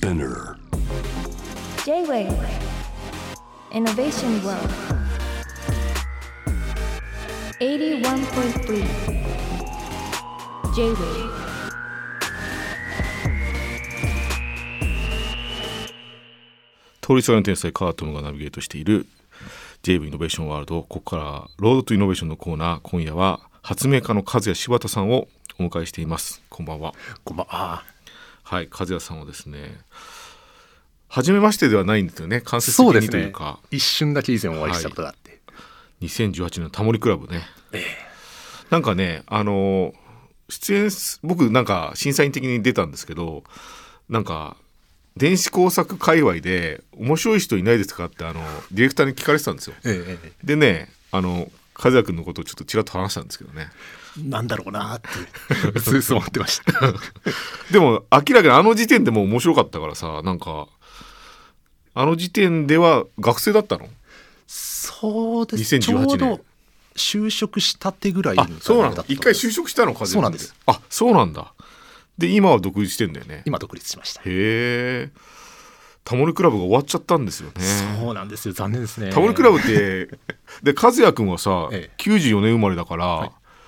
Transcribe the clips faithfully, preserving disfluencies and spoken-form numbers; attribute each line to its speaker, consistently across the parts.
Speaker 1: Spinner
Speaker 2: J-Wave Innovation World エイティワンポイントスリー J-Wave。
Speaker 3: 通りすがりの天才カートムがナビゲートしている J-Wave イノベーションワールド。ここからロードトゥイノベーションのコーナー。今夜は発明家の和也柴田さんをお迎えしています。こんばんは。
Speaker 4: こんばんは。はい、
Speaker 3: 和也さんはですね、初めましてではないんですよね。間接的にというか、
Speaker 4: そうですね、一瞬だけ以前お会いしたことがあって、はい、
Speaker 3: にせんじゅうはちねんのタモリクラブね、
Speaker 4: ええ、
Speaker 3: なんかね、あの出演僕なんか審査員的に出たんですけど、なんか電子工作界隈で面白い人いないですかってあのディレクターに聞かれてたんですよ、
Speaker 4: ええ、
Speaker 3: でね、あの和也君のことをちょっとちらっと話したんですけどね、
Speaker 4: なんだろうなってうつうつ思ってました
Speaker 3: でも明らかにあの時点でもう面白かったからさ、なんかあの時点では学生だったの？
Speaker 4: そうです。
Speaker 3: にせんじゅうはちねん
Speaker 4: ちょうど就職したてぐらいの。
Speaker 3: あ、そうなんだ。一回就職したの？
Speaker 4: そうなんです。
Speaker 3: あ、そうなんだ。で今は独立してんだよね。
Speaker 4: 今独立しました。
Speaker 3: へえ。タモリクラブが終わっちゃったんですよね。
Speaker 4: そうなんですよ、残念ですね。
Speaker 3: タモリクラブってで和也君はさ、
Speaker 4: ええ、
Speaker 3: きゅうじゅうよねん生まれだから、はい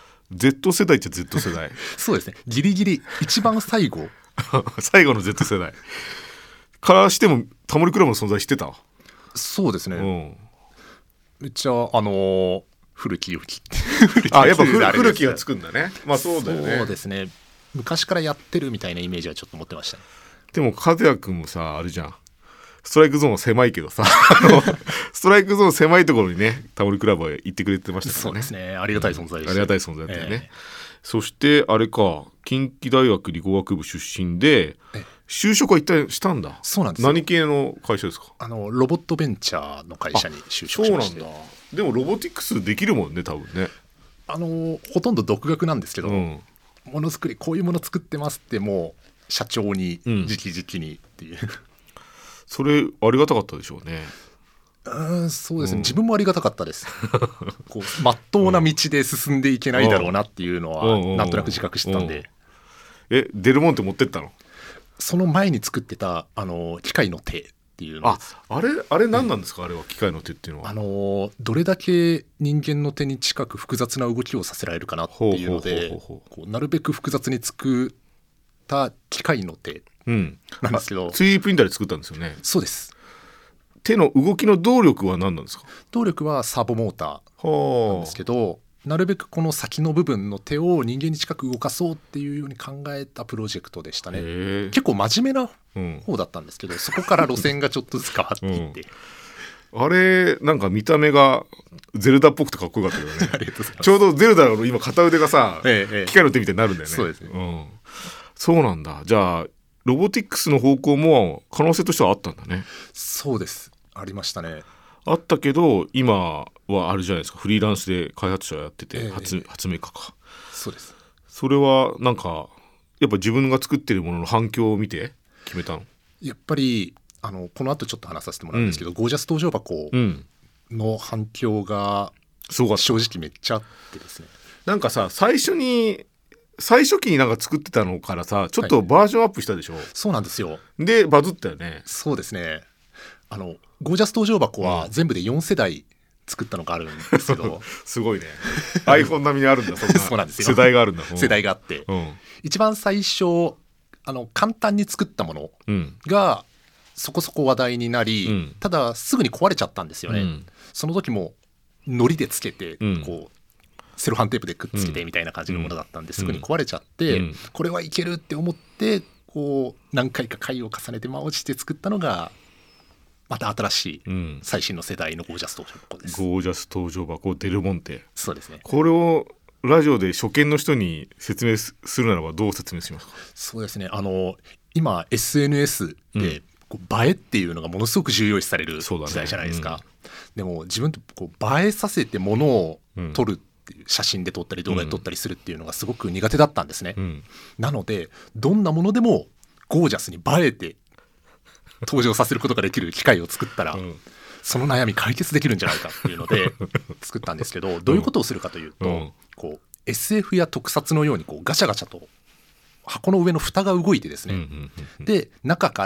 Speaker 3: 、Z 世代っちゃ Z 世代
Speaker 4: そうですね、ギリギリ一番最後
Speaker 3: 最後の Z 世代からしてもタモリクラブの存在知ってた？
Speaker 4: そうですね、うん、めっちゃあのー、古き良き
Speaker 3: あ、やっぱ古きがつくんだね。まあそうだよね。
Speaker 4: そうですね、昔からやってるみたいなイメージはちょっと持ってましたね。
Speaker 3: でも和也君もさ、あれじゃん、ストライクゾーンは狭いけどさストライクゾーン狭いところにね、タモリクラブは行ってくれてましたからね。
Speaker 4: そうですね、ありがたい存在でした、
Speaker 3: ありがたい存在だったよね、
Speaker 4: えー、
Speaker 3: そしてあれか、近畿大学理工学部出身で就職は一体したんだ。
Speaker 4: そうなんですよ。
Speaker 3: 何系の会社ですか？
Speaker 4: あのロボットベンチャーの会社に就職しまして。
Speaker 3: そうなんだ。でもロボティクスできるもんね、多分ね。
Speaker 4: あのほとんど独学なんですけど、うん、ものづくりこういうもの作ってますってもう社長に直々にっていう、うん、
Speaker 3: それありがたかったでしょうね。
Speaker 4: うん、そうですね、うん、自分もありがたかったですこう真っ当な道で進んでいけないだろうなっていうのはなんとなく自覚してたんで。
Speaker 3: え、デルモンテ持ってったの？
Speaker 4: その前に作ってたあの機械の手っていうの。
Speaker 3: あ、あれあれ何なんですか、うん、あれは機械の手っていうのは。
Speaker 4: あのどれだけ人間の手に近く複雑な動きをさせられるかなっていうので、なるべく複雑に作った機械の手なんですけど、うん、
Speaker 3: スリーディー プリンターで作ったんですよね。
Speaker 4: そうです。
Speaker 3: 手の動きの動力は何なんですか？
Speaker 4: 動力はサーボモーターなんですけど、なるべくこの先の部分の手を人間に近く動かそうっていうように考えたプロジェクトでしたね。結構真面目な方だったんですけど、うん、そこから路線がちょっとずつ変わっていって、
Speaker 3: うん、あれなんか見た目がゼルダっぽくてかっこよかったよね
Speaker 4: ありがとうございます。
Speaker 3: ちょうどゼルダの今片腕がさ、
Speaker 4: ええ、
Speaker 3: 機械の手みたいになるんだよね。
Speaker 4: そうですね、
Speaker 3: うん、そうなんだ。じゃあロボティクスの方向も可能性としてはあったんだね。
Speaker 4: そうです、ありましたね。
Speaker 3: あったけど今はあるじゃないですか、フリーランスで開発者やってて、えー、発, 発明家か。
Speaker 4: そうです。
Speaker 3: それはなんかやっぱ自分が作ってるものの反響を見て決めたの？
Speaker 4: やっぱりあのこの後ちょっと話させてもらうんですけど、うん、ゴージャス登場箱の反響が正直めっちゃあってですね、
Speaker 3: なんかさ、最初に最初期になんか作ってたのからさ、ちょっとバージョンアップしたでしょ、はい、
Speaker 4: そうなんですよ。
Speaker 3: でバズったよね。
Speaker 4: そうですね、あのゴージャス登場箱は全部でよん世代作ったのがあるんですけど
Speaker 3: すごいねiPhone 並みにあるんだ。そんな
Speaker 4: そうなんですよ、
Speaker 3: 世代があるんだ。
Speaker 4: 世代があって、うん、一番最初あの簡単に作ったものがそこそこ話題になり、うん、ただすぐに壊れちゃったんですよね、うん、その時も糊でつけて、うん、こうセロハンテープでくっつけてみたいな感じのものだったんで、うん、すぐに壊れちゃって、うん、これはいけるって思ってこう何回か回を重ねて回して作ったのがまた新しい最新の世代のゴージャス登場箱です。
Speaker 3: ゴージャス登場箱デルモンテ。
Speaker 4: そうですね。
Speaker 3: これをラジオで初見の人に説明するならばどう説明しますか？
Speaker 4: そうですね、あの今 エスエヌエス でこう映えっていうのがものすごく重要視される時代じゃないですか、うん、でも自分ってこう映えさせてものを撮るっていう、うん、写真で撮ったり動画で撮ったりするっていうのがすごく苦手だったんですね、うん、なのでどんなものでもゴージャスに映えて登場させることができる機械を作ったら、うん、その悩み解決できるんじゃないかっていうので作ったんですけど、どういうことをするかというと、うん、こう エスエフ や特撮のようにこうガチャガチャと箱の上の蓋が動いてですね、うんうんうんうん、で中から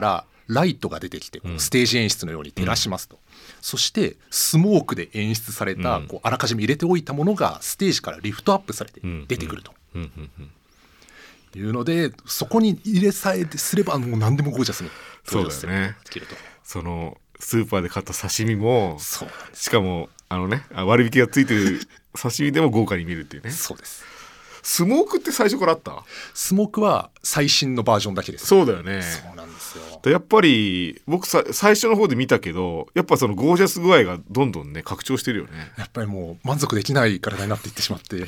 Speaker 4: ライトが出てきてこうステージ演出のように照らしますと、うん、そしてスモークで演出された、うん、こうあらかじめ入れておいたものがステージからリフトアップされて出てくると、うんうんうんうん、いうのでそこに入れさえすればもう何でもゴージャスに登場する、ね、できると。
Speaker 3: そのスーパーで買った刺身もしかもあのね割引がついてる刺身でも豪華に見るっていうね。
Speaker 4: そうです。
Speaker 3: スモークって最初からあった？
Speaker 4: スモークは最新のバージョンだけです。
Speaker 3: そうだよね。
Speaker 4: そうなんですよ。
Speaker 3: やっぱり僕さ最初の方で見たけどやっぱそのゴージャス具合がどんどんね拡張してるよね。
Speaker 4: やっぱりもう満足できない体になっていってしまってい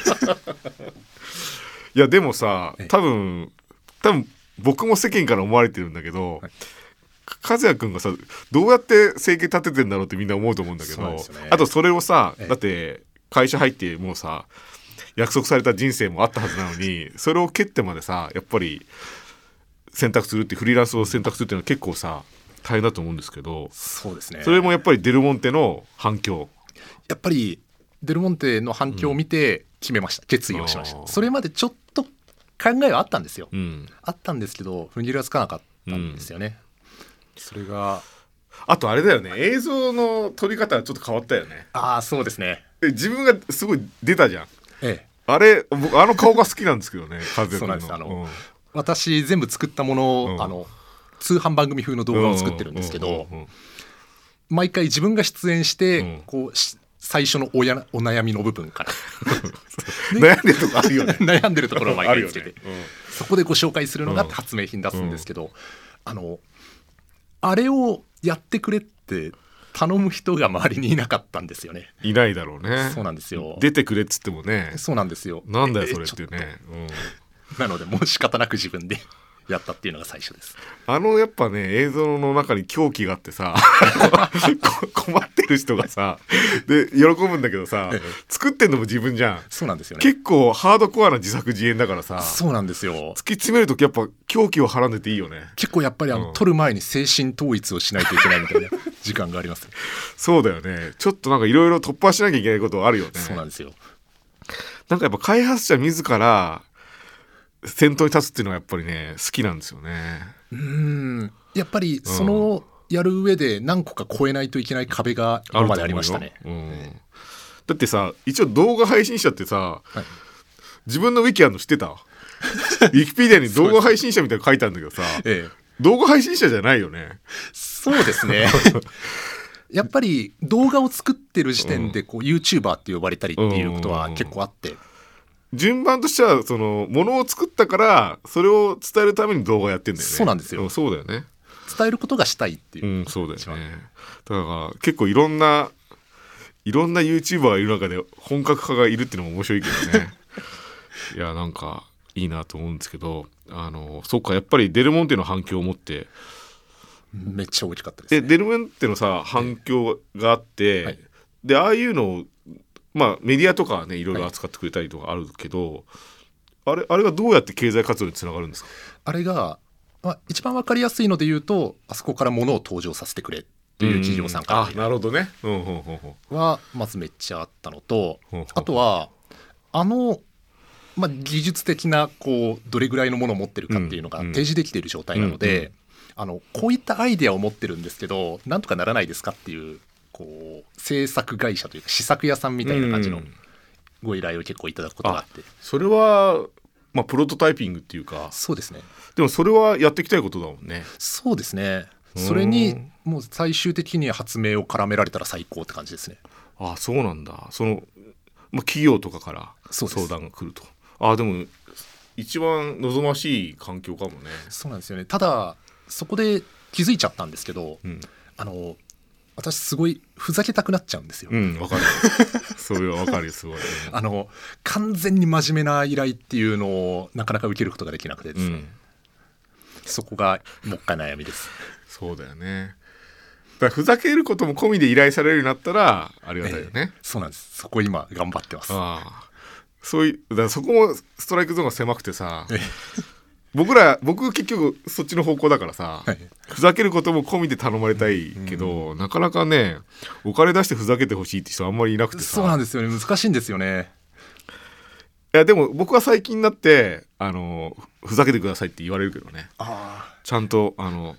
Speaker 3: やでもさ多分多分僕も世間から思われてるんだけど、はい、和也くんがさどうやって生計立ててんだろうってみんな思うと思うんだけど、ね、あとそれをさだって会社入ってもうさ約束された人生もあったはずなのにそれを蹴ってまでさやっぱり選択するってフリーランスを選択するっていうのは結構さ大変だと思うんですけど。
Speaker 4: そうですね。
Speaker 3: それもやっぱりデルモンテの反響、
Speaker 4: やっぱりデルモンテの反響を見て決めました、うん、決意をしました。それまでちょっと考えはあったんですよ、うん、あったんですけど踏ん切りはつかなかったんですよね、うん、それが
Speaker 3: あとあれだよね映像の撮り方がちょっと変わったよね。
Speaker 4: ああそうですね。
Speaker 3: 自分がすごい出たじゃん。
Speaker 4: ええ、
Speaker 3: あれ僕あの顔が好きなんですけどね
Speaker 4: そうなんです。あの、うん、私全部作ったものを、うん、あの通販番組風の動画を作ってるんですけど、毎回自分が出演して、うん、こう最初のおやお悩みの部分から
Speaker 3: 悩んでるとこあるよね
Speaker 4: 悩んでるところを毎回つけて、ねうん、そこでご紹介するのが発明品出すんですけど、うん、あのあれをやってくれって頼む人が周りにいなかったんですよね。
Speaker 3: いないだろうね。
Speaker 4: そうなんですよ。
Speaker 3: 出てくれっつってもね。
Speaker 4: そうなんですよ。
Speaker 3: なんだよそれっていうね、
Speaker 4: うん、なのでもう仕方なく自分でやったっていうのが最初です。
Speaker 3: あのやっぱね映像の中に狂気があってさ困ってる人がさで喜ぶんだけどさ作ってんのも自分じゃん。
Speaker 4: そうなんですよね。
Speaker 3: 結構ハードコアな自作自演だからさ。
Speaker 4: そうなんですよ。
Speaker 3: 突き詰めるときやっぱ狂気をはらんでていいよね。
Speaker 4: 結構やっぱりあの、うん、撮る前に精神統一をしないといけないみたいな時間があります。
Speaker 3: そうだよね。ちょっとなんかいろいろ突破しなきゃいけないことあるよね。
Speaker 4: そうなんですよ。
Speaker 3: なんかやっぱ開発者自ら先頭に立つっていうのはやっぱりね好きなんですよね。
Speaker 4: うーんやっぱりそのやる上で何個か超えないといけない壁が今までありましたね。
Speaker 3: うん、だってさ一応動画配信者ってさ、はい、自分のウィキあるの知ってた？ウィキペディアに動画配信者みたいなの書いてあるんだけどさ、ええ、動画配信者じゃないよね。
Speaker 4: そうですねやっぱり動画を作ってる時点でこう、うん、YouTuber って呼ばれたりっていうことは結構あって、
Speaker 3: 順番としてはそのものを作ったからそれを伝えるために動画やってんだよね。
Speaker 4: そうなんですよ、
Speaker 3: うん、そうだよね。
Speaker 4: 伝えることがしたいっていう、
Speaker 3: うん、そうだよね。だから結構いろんないろんな YouTuber がいる中で本格派がいるっていうのも面白いけどねいやなんかいいなと思うんですけど、あのそっかやっぱりデルモンテの反響を持って
Speaker 4: めっちゃ大きかったです、ね、
Speaker 3: でデルモンテのさ反響があって、はい、でああいうのをまあメディアとかはねいろいろ扱ってくれたりとかあるけど、はい、あれあれがどうやって経済活動につながるんですか？
Speaker 4: あれが、まあ、一番わかりやすいので言うとあそこから物を登場させてくれっていう企業さんから、
Speaker 3: うん、あなるほどね、うん、ほうほうほ
Speaker 4: うはまずめっちゃあったのと、ほうほうあとはあの、まあ、技術的なこうどれぐらいのものを持ってるかっていうのが提示できている状態なので、うんうんうん、あのこういったアイデアを持ってるんですけどなんとかならないですかっていうこう制作会社というか試作屋さんみたいな感じのご依頼を結構いただくことがあって、うん、
Speaker 3: それは、まあ、プロトタイピングっていうか。
Speaker 4: そうですね。
Speaker 3: でもそれはやっていきたいことだもんね。
Speaker 4: そうですね。それにもう最終的に発明を絡められたら最高って感じですね。
Speaker 3: ああそうなんだ。その、まあ、企業とかから相談が来ると。ああでも一番望ましい環境かもね。
Speaker 4: そうなんですよね。ただそこで気づいちゃったんですけど、うん、あの私すごいふざけたくなっちゃうんですよ。
Speaker 3: うん、わかるそれはわかるよすごい、ね、
Speaker 4: あの完全に真面目な依頼っていうのをなかなか受けることができなくてですね、うん、そこがもう一回悩みです。
Speaker 3: そうだよね。だからふざけることも込みで依頼されるようになったらありがたいよね、えー、
Speaker 4: そうなんです。そこ今頑張ってます。
Speaker 3: ああそういうだからそこもストライクゾーンが狭くてさ、えー僕ら僕結局そっちの方向だからさ、はい、ふざけることも込みで頼まれたいけど、うん、なかなかねお金出してふざけてほしいって人あんまりいなくてさ。
Speaker 4: そうなんですよね。難しいんですよね。
Speaker 3: いやでも僕は最近になってあのふざけてくださいって言われるけどね。あちゃんとあの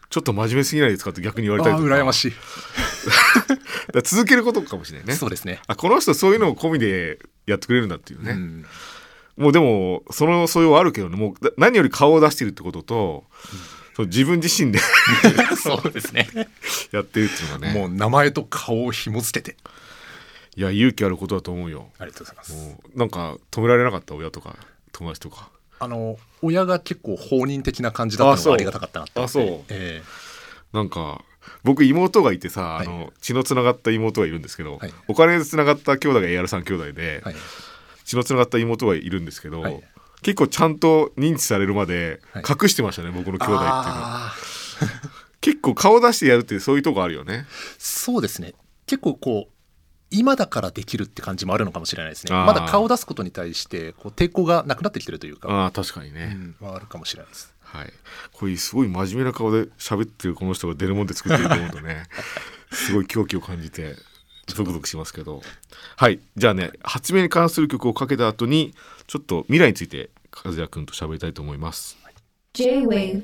Speaker 3: ちょっと真面目すぎないですかって逆に言われたりとか。
Speaker 4: あ羨ましい
Speaker 3: だ続けることかもしれないね。
Speaker 4: そうですね。
Speaker 3: あこの人そういうのを込みでやってくれるんだっていうね、
Speaker 4: うん、
Speaker 3: もうでもその素養はあるけどね、もう何より顔を出してるってことと、うん、自分自身で
Speaker 4: そうですね
Speaker 3: やってるっていうのがね、
Speaker 4: もう名前と顔を紐付けて、
Speaker 3: いや勇気あることだと思うよ。
Speaker 4: ありがとうございます。
Speaker 3: もうなんか止められなかった、親とか友達とか。
Speaker 4: あの親が結構放任的な感じだったのがありがたかったなって。
Speaker 3: あそう、
Speaker 4: えー、
Speaker 3: なんか僕妹がいてさ、
Speaker 4: はい、
Speaker 3: あの血のつながった妹がいるんですけど、はい、お金でつながった兄弟がエーアールさん兄弟で、はい、血のつながった妹がいるんですけど、はい、結構ちゃんと認知されるまで隠してましたね、はい、僕の兄弟っていうのは結構顔出してやるってそういうとこあるよね。
Speaker 4: そうですね、結構こう今だからできるって感じもあるのかもしれないですね。まだ顔を出すことに対してこう抵抗がなくなってきてるというか、
Speaker 3: あ確かにね、
Speaker 4: うん、あるかもしれないです。
Speaker 3: はい、こういうすごい真面目な顔で喋ってるこの人がデルモンテ作ってると思うとねすごい狂気を感じてゾクゾクしますけど、はいじゃあね、発明に関する曲をかけた後にちょっと未来について和也くんと喋りたいと思います。
Speaker 2: J-Wave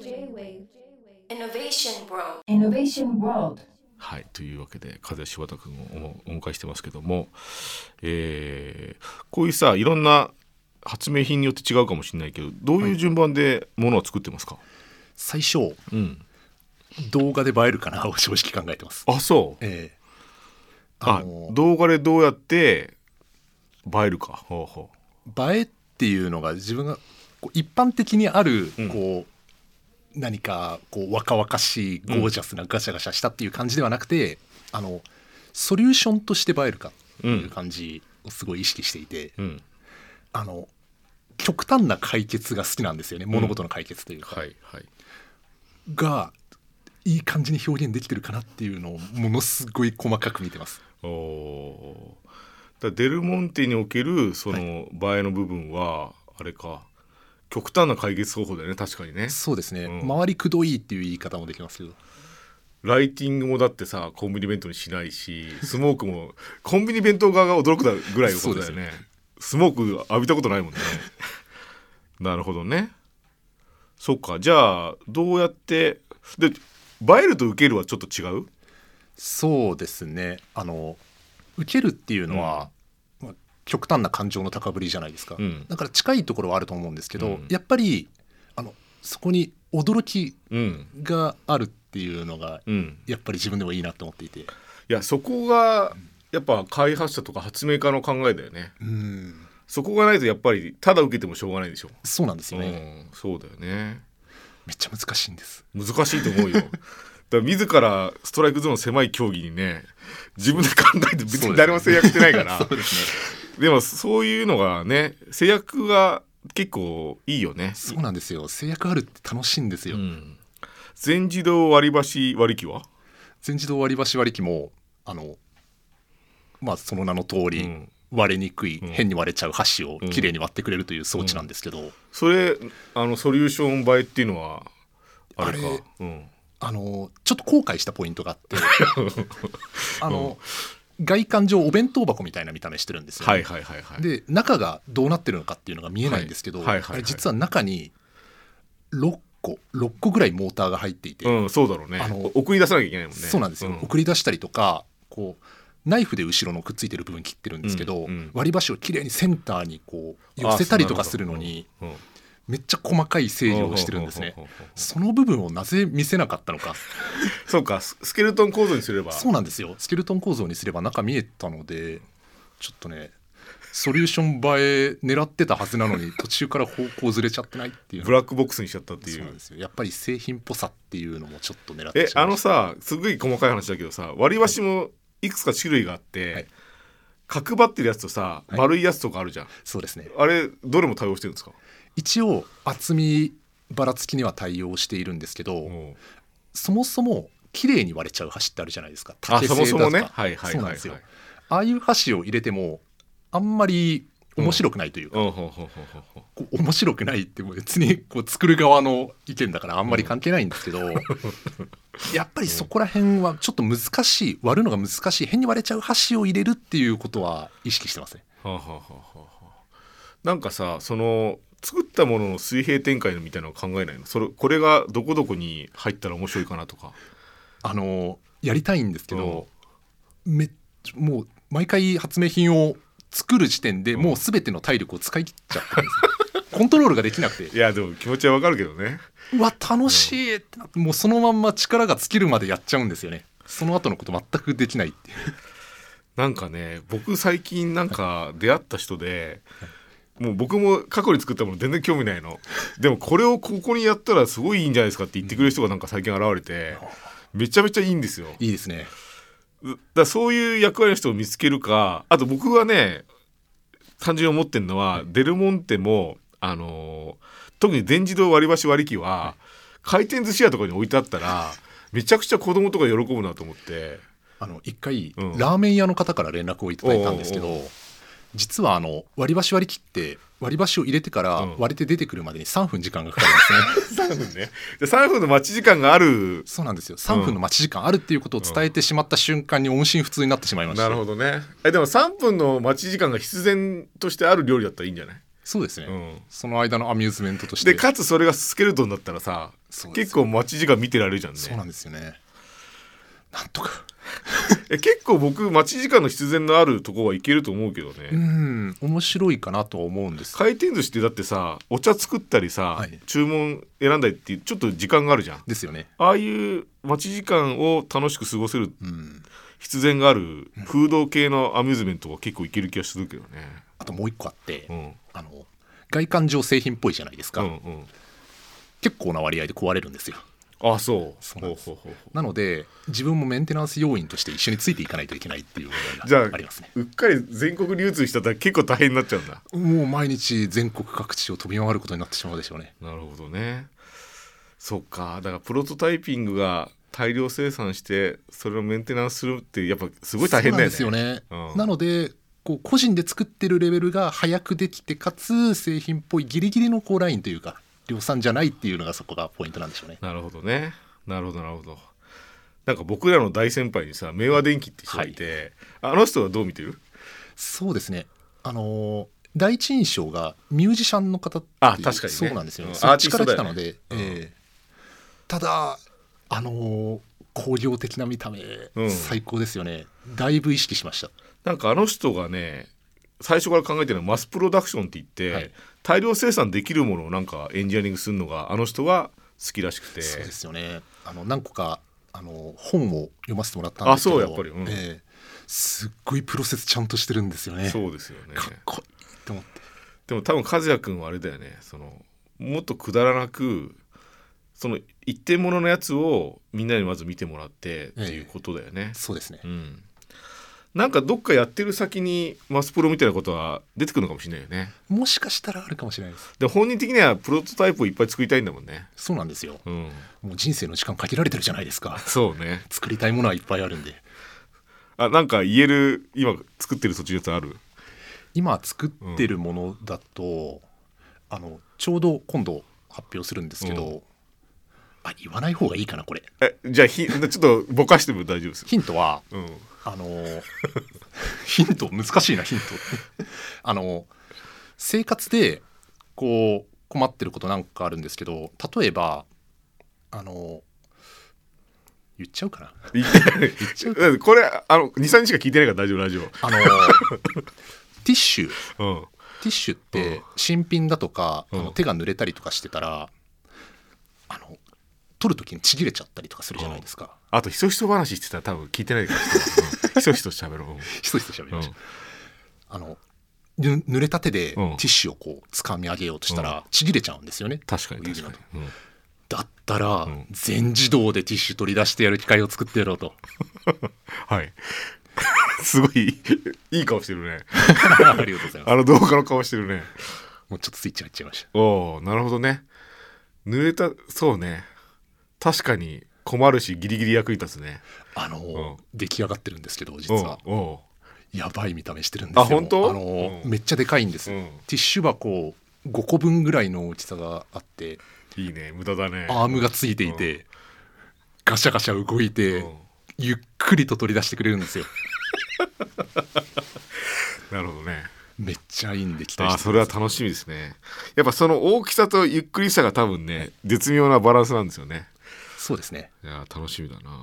Speaker 2: Innovation World Innovation World
Speaker 3: はい、というわけで和也柴田くんをお迎えしてますけども、えー、こういうさいろんな発明品によって違うかもしれないけど、どういう順番でものを作ってますか？はい、
Speaker 4: 最初、
Speaker 3: うん、
Speaker 4: 動画で映えるかなを正直考えてます。
Speaker 3: あそう、
Speaker 4: え
Speaker 3: ー、ああ動画でどうやって映えるか。ほうほ
Speaker 4: う映えっていうのが自分がこう一般的にあるこう、うん、何かこう若々しいゴージャスなガシャガシャしたっていう感じではなくて、うん、あのソリューションとして映えるかっていう感じをすごい意識していて、うん、あの極端な解決が好きなんですよね、物事の解決というか、
Speaker 3: うんはいはい、
Speaker 4: がいい感じに表現できてるかなっていうのをものすごい細かく見てます。
Speaker 3: おだデルモンテにおけるその映えの部分はあれか、極端な解決方法だよね。確かにね。
Speaker 4: そうですね、うん、回りくどいっていう言い方もできますけど、
Speaker 3: ライティングもだってさコンビニ弁当にしないし、スモークもコンビニ弁当側が驚くぐらいのことだよね。スモーク浴びたことないもんねなるほどね。そっか、じゃあどうやってで映えると受けるはちょっと違う？
Speaker 4: そうですね、あの受けるっていうのは、うんまあ、極端な感情の高ぶりじゃないですか、うん、だから近いところはあると思うんですけど、うん、やっぱりあのそこに驚きがあるっていうのが、うん、やっぱり自分でもいいなと思っていて、い
Speaker 3: やそこがやっぱ開発者とか発明家の考えだよね。うんそこがないとやっぱりただ受けてもしょうがないでしょ。
Speaker 4: そうなんですよね、
Speaker 3: うん、そうだよね。
Speaker 4: めっちゃ難しいんです。
Speaker 3: 難しいと思うよだから自らストライクゾーン狭い競技にね自分で考えて別に誰も制約してないからそうですね。でもそういうのがね制約が結構いいよね。
Speaker 4: そうなんですよ、制約あるって楽しいんですよ、うん、
Speaker 3: 全自動割り箸割り機は
Speaker 4: 全自動割り箸割り機もあのまあその名の通り、うん割れにくい、うん、変に割れちゃう箸をきれいに割ってくれるという装置なんですけど、うんうん、
Speaker 3: それあのソリューション映えっていうのはあれか、あれ、
Speaker 4: うん、あのちょっと後悔したポイントがあってあの、うん、外観上お弁当箱みたいな見た目してるんですよ、ねはいはいはいはい、で中がどうなってるのかっていうのが見えないんですけど、はいはいはいはい、あれ実は中にろっころっこぐらいモーターが入っていて、
Speaker 3: うん、そうだろうね。あの送り出さなきゃいけないもんね。
Speaker 4: そうなんですよ、うん、送り出したりとかこうナイフで後ろのくっついてる部分切ってるんですけど、うんうん、割り箸をきれいにセンターにこう寄せたりとかするのにめっちゃ細かい制御をしてるんですね。その部分をなぜ見せなかったのか
Speaker 3: そうか、スケルトン構造にすれば。
Speaker 4: そうなんですよ、スケルトン構造にすれば中見えたので、ちょっとねソリューション映え狙ってたはずなのに途中から方向ずれちゃってないっていう。
Speaker 3: ブラックボックスにしちゃったっていう。
Speaker 4: そうなんですよ、やっぱり製品っぽさっていうのもちょっと狙ってしまいました。
Speaker 3: えあのさすごい細かい話だけどさ、割り箸もいくつか種類があって、はい、角張ってるやつとさ、はい、丸いやつとかあるじゃん。
Speaker 4: そうですね、
Speaker 3: あれどれも対応してるんですか？
Speaker 4: 一応厚みばらつきには対応しているんですけど、そもそも綺麗に割れちゃう箸ってあるじゃないですか。竹製だとか。あ、そもそもね、はいはいはいはい、そうなんですよ。ああいう箸を入れてもあんまり面白くないというか、うん、こう面白くないって別にこう作る側の意見だからあんまり関係ないんですけど、うん、やっぱりそこら辺はちょっと難しい、割るのが難しい、変に割れちゃう箸を入れるっていうことは意識してますね。はあはあはあ、
Speaker 3: なんかさその作ったものの水平展開みたいなのを考えないの？それこれがどこどこに入ったら面白いかなとか。
Speaker 4: あのやりたいんですけど、うん、めもう毎回発明品を作る時点でもう全ての体力を使い切っちゃったんですよ。コントロールができなくて。
Speaker 3: いやでも気持ちはわかるけどね。
Speaker 4: うわ楽しいってなって、もうそのまんま力が尽きるまでやっちゃうんですよね。その後のこと全くできないっていう。
Speaker 3: なんかね、僕最近なんか出会った人で、もう僕も過去に作ったもの全然興味ないの。でもこれをここにやったらすごいいいんじゃないですかって言ってくれる人がなんか最近現れて、めちゃめちゃいいんですよ。
Speaker 4: いいですね。
Speaker 3: だからそういう役割の人を見つけるか、あと僕はね単純に思ってるのは、はい、デルモンテもあのー、特に全自動割り箸割り機は、はい、回転寿司屋とかに置いてあったらめちゃくちゃ子供とか喜ぶなと思って、
Speaker 4: あの一回、うん、ラーメン屋の方から連絡をいただいたんですけど、おうおうおう、実はあの割り箸割り機って割り箸を入れてから割れて出てくるまでにさんぷん時間がかかるんですね、うん、さんぷんね。でさんぷんの待ち時間がある。そうなんですよ。さんぷんの待ち時間あるっていうことを伝えてしまった瞬間に音信不通になってしまいました、
Speaker 3: うん、なるほどね。えでもさんぷんの待ち時間が必然としてある料理だったらいいんじゃない？
Speaker 4: そうですね、
Speaker 3: うん、
Speaker 4: その間のアミューズメントとして。
Speaker 3: でかつそれがスケルトンだったらさ、結構待ち時間見てられるじゃんね。
Speaker 4: そうなんですよね。なんとか
Speaker 3: え結構僕待ち時間の必然のあるとこはいけると思うけどね。
Speaker 4: うん面白いかなとは思うんです。
Speaker 3: 回転寿司ってだってさ、お茶作ったりさ、はい、注文選んだりってちょっと時間があるじゃん。
Speaker 4: ですよね。
Speaker 3: ああいう待ち時間を楽しく過ごせる、うん、必然があるフード系のアミューズメントは結構いける気がするけどね。
Speaker 4: あともう一個あって、うん、あの外観上製品っぽいじゃないですか、うんうん、結構な割合で壊れるんですよ。
Speaker 3: ああそう。
Speaker 4: そうなんです。ほうほうほう。なので自分もメンテナンス要員として一緒についていかないといけないっていう問題がありますね。
Speaker 3: じゃあうっかり全国流通したら結構大変になっちゃうんだ。
Speaker 4: もう毎日全国各地を飛び回ることになってしまうでしょうね。
Speaker 3: なるほどね。そっか。だからプロトタイピングが大量生産してそれをメンテナンスするってやっぱすごい大変だよね。
Speaker 4: そうなんですよね、うん、なのでこう個人で作ってるレベルが早くできて、かつ製品っぽいギリギリのこうラインというか量産じゃないっていうのがそこがポイントなんでしょうね。
Speaker 3: なるほどね。なるほどなるほど。なんか僕らの大先輩にさ明和電機って人がいて、はい、あの人はどう見てる？
Speaker 4: そうですね、あのー、第一印象がミュージシャンの方っていう。
Speaker 3: あ確かにね。
Speaker 4: そうなんですよね、
Speaker 3: うん、
Speaker 4: そっちから来たので、うん、えー、ただあのー、工業的な見た目、うん、最高ですよね。だいぶ意識しました。
Speaker 3: なんかあの人がね最初から考えてるのはマスプロダクションって言って、はい、大量生産できるものをなんかエンジニアリングするのがあの人は好きらしくて。
Speaker 4: そうですよね。あの何個かあの本を読ませてもらったんですけど、
Speaker 3: あそうやっぱり、うん、
Speaker 4: えー、すっごいプロセスちゃんとしてるんですよね。
Speaker 3: そうですよね。
Speaker 4: かっこいいと思って。
Speaker 3: でも多分和也君はあれだよね、そのもっとくだらなくその一点物のやつをみんなにまず見てもらってっていうことだよね、
Speaker 4: えー、そうですね、
Speaker 3: うん、なんかどっかやってる先にマスプロみたいなことは出てくるのかもしれないよね。
Speaker 4: もしかしたらあるかもしれないです。
Speaker 3: で本人的にはプロトタイプをいっぱい作りたいんだもんね。
Speaker 4: そうなんですよ、
Speaker 3: うん、
Speaker 4: もう人生の時間限られてるじゃないですか。
Speaker 3: そうね。
Speaker 4: 作りたいものはいっぱいあるんで。
Speaker 3: あなんか言える今作ってる途中のやつある？
Speaker 4: 今作ってるものだと、うん、あのちょうど今度発表するんですけど、うん、あ言わない方がいいかなこれ。
Speaker 3: えじゃあひちょっとぼかしても大丈夫です。
Speaker 4: ヒントは、うん、あのヒント難しいなヒントあの生活でこう困ってることなんかあるんですけど、例えばあの言っちゃうかな言っちゃうかな
Speaker 3: これあの にさんにちしか聞いてないから大丈夫ラジオ。
Speaker 4: あのティッシュ、うん、ティッシュって新品だとか、うん、あの手が濡れたりとかしてたらあの取るときにちぎれちゃったりとかするじゃないですか、
Speaker 3: うん、あとひそひそ話してたら多分聞いてないから、うん、ひそひそ喋ろう
Speaker 4: ひそひそ喋りました、うん、あの濡れた手でティッシュをこう掴み上げようとしたら、うん、ちぎれちゃうんですよね。
Speaker 3: 確かに確かに、うん、
Speaker 4: だったら、うん、全自動でティッシュ取り出してやる機械を作ってやろうと
Speaker 3: はいすごいいい顔してるね
Speaker 4: ありがとうございます。
Speaker 3: あの動画の顔してるね。
Speaker 4: もうちょっとスイッチ入っちゃいました。
Speaker 3: おーなるほどね。濡れたそうね確かに困るしギリギリ役に立つね。
Speaker 4: あの、うん、出来上がってるんですけど実は
Speaker 3: おう
Speaker 4: やばい見た目してるんですよ。
Speaker 3: あ本当？
Speaker 4: あの、うん、めっちゃでかいんです、うん、ティッシュ箱ごこぶんぐらいの大きさがあって、
Speaker 3: いいね無駄だね。
Speaker 4: アームがついていて、うん、ガシャガシャ動いて、うん、ゆっくりと取り出してくれるんですよ
Speaker 3: なるほどね。
Speaker 4: めっちゃいいんで期待してます。
Speaker 3: あ、それは楽しみですね。やっぱその大きさとゆっくりさが多分ね絶妙なバランスなんですよね。
Speaker 4: そうですね。
Speaker 3: いや楽しみだな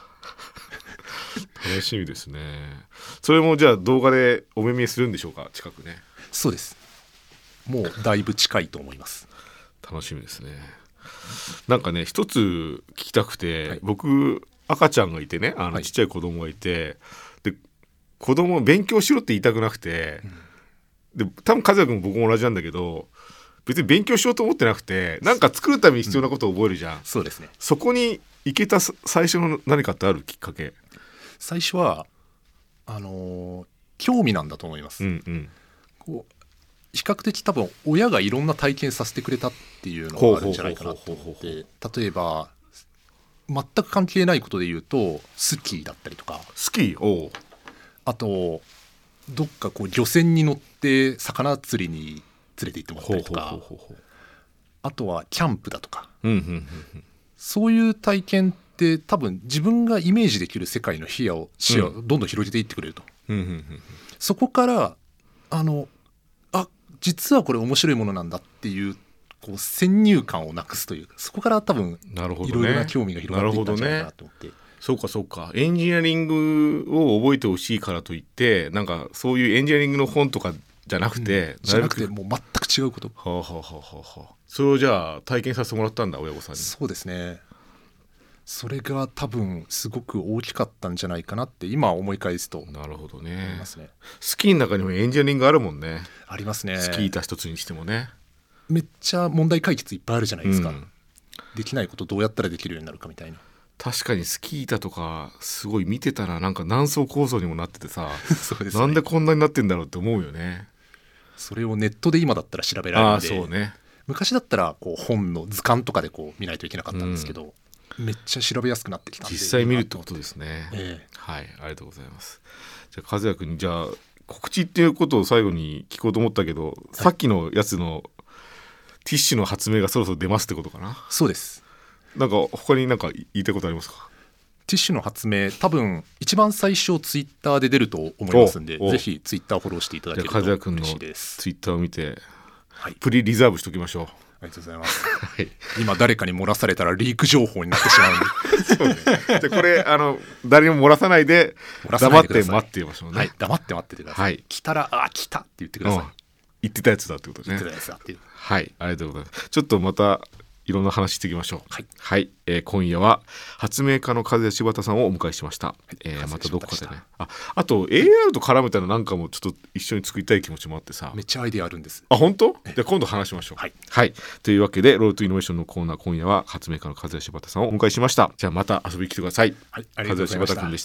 Speaker 3: 楽しみですね。それもじゃあ動画でお目見えするんでしょうか、近くね。
Speaker 4: そうです。もうだいぶ近いと思います。
Speaker 3: 楽しみですね。なんかね一つ聞きたくて、はい、僕赤ちゃんがいてね、あのちっちゃい子供がいて、はい、で子供勉強しろって言いたくなくて、うん、で多分和也君も僕も同じなんだけど、別に勉強しようと思ってなくて、なんか作るために必要なことを覚えるじゃん、うん、
Speaker 4: そうですね。
Speaker 3: そこに行けた最初の何かってあるきっかけ？
Speaker 4: 最初はあのー、興味なんだと思います、
Speaker 3: うんうん、
Speaker 4: こう比較的多分親がいろんな体験させてくれたっていうのがあるんじゃないかなと思って、例えば全く関係ないことで言うとスキーだったりとか、
Speaker 3: スキー、おう、
Speaker 4: あとどっかこう漁船に乗って魚釣りに連れて行ってもらったりとか、ほうほうほうほう、あとはキャンプだとか、
Speaker 3: うんうんうんうん、
Speaker 4: そういう体験って多分自分がイメージできる世界の視野を視野をどんどん広げていってくれると、
Speaker 3: うんうんうんうん、
Speaker 4: そこからあのあ実はこれ面白いものなんだっていうこう先入観をなくすというか、そこから多分いろいろな興味が広がっていったんじゃないかなと思って、ね、
Speaker 3: そうかそうか、エンジニアリングを覚えてほしいからといってなんかそういうエンジニアリングの本とかじゃなくて、
Speaker 4: うん、じゃなくてもう全く違うこと、
Speaker 3: はあはあはあはあ、それをじゃあ体験させてもらったんだ親御さんに。
Speaker 4: そうですね。それが多分すごく大きかったんじゃないかなって今思い返すと。
Speaker 3: なるほどね。
Speaker 4: 思いますね。
Speaker 3: スキーの中にもエンジニアリングあるもんね。
Speaker 4: ありますね。
Speaker 3: スキー板一つにしてもね、
Speaker 4: めっちゃ問題解決いっぱいあるじゃないですか、うん、できないことどうやったらできるようになるかみたいな。
Speaker 3: 確かにスキー板とかすごい見てたらなんか何層構造にもなっててさ
Speaker 4: そうですね、
Speaker 3: なんでこんなになってんだろうって思うよね。
Speaker 4: それをネットで今だったら調べられるので、
Speaker 3: あ、そうね、
Speaker 4: 昔だったらこう本の図鑑とかでこう見ないといけなかったんですけど、うん、めっちゃ調べやすくなってきたんで
Speaker 3: 実際見るってことですね、
Speaker 4: えー、
Speaker 3: はい、ありがとうございます。じゃあ和也君にじゃあ告知っていうことを最後に聞こうと思ったけど、はい、さっきのやつのティッシュの発明がそろそろ出ますってことかな。
Speaker 4: そうです。
Speaker 3: なんか他に何か言いたいことありますか？
Speaker 4: ティッシュの発明多分一番最初ツイッターで出ると思いますんで、ぜひツイッターフォローしていただけると嬉しいです。
Speaker 3: じゃあ和也君のツイッターを見て、
Speaker 4: はい、
Speaker 3: プリリザーブしておきましょう。
Speaker 4: ありがとうございます、はい、今誰かに漏らされたらリーク情報になってしまうんで
Speaker 3: そうね、でこれあの誰にも漏らさないで黙って待っていましょうね。
Speaker 4: はい、黙って待っててください、はい、来たらあ来たって言ってください、うん、
Speaker 3: 言ってたやつだってことね。
Speaker 4: 言ってたやつだっていう。
Speaker 3: はい、ありがとうございます。ちょっとまたいろんな話していきましょう。
Speaker 4: はい、
Speaker 3: はい、えー、今夜は発明家の和也柴田さんをお迎えしました。はい、えー、またどこかでね。あ、あと エーアール と絡めたらなんかもちょっと一緒に作りたい気持ちもあってさ。
Speaker 4: めっちゃアイデアあるんです。
Speaker 3: あ、本当？じゃあ今度話しましょう。はい、はい、というわけでロードトゥイノベーションのコーナー、今夜は発明家の和也柴田さんをお迎えしました。じゃあまた遊びに来てください。
Speaker 4: はい、ありがとうございました。
Speaker 3: 和也柴田君でした。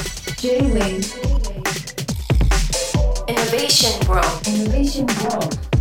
Speaker 2: J-Wave Innovation World Innovation World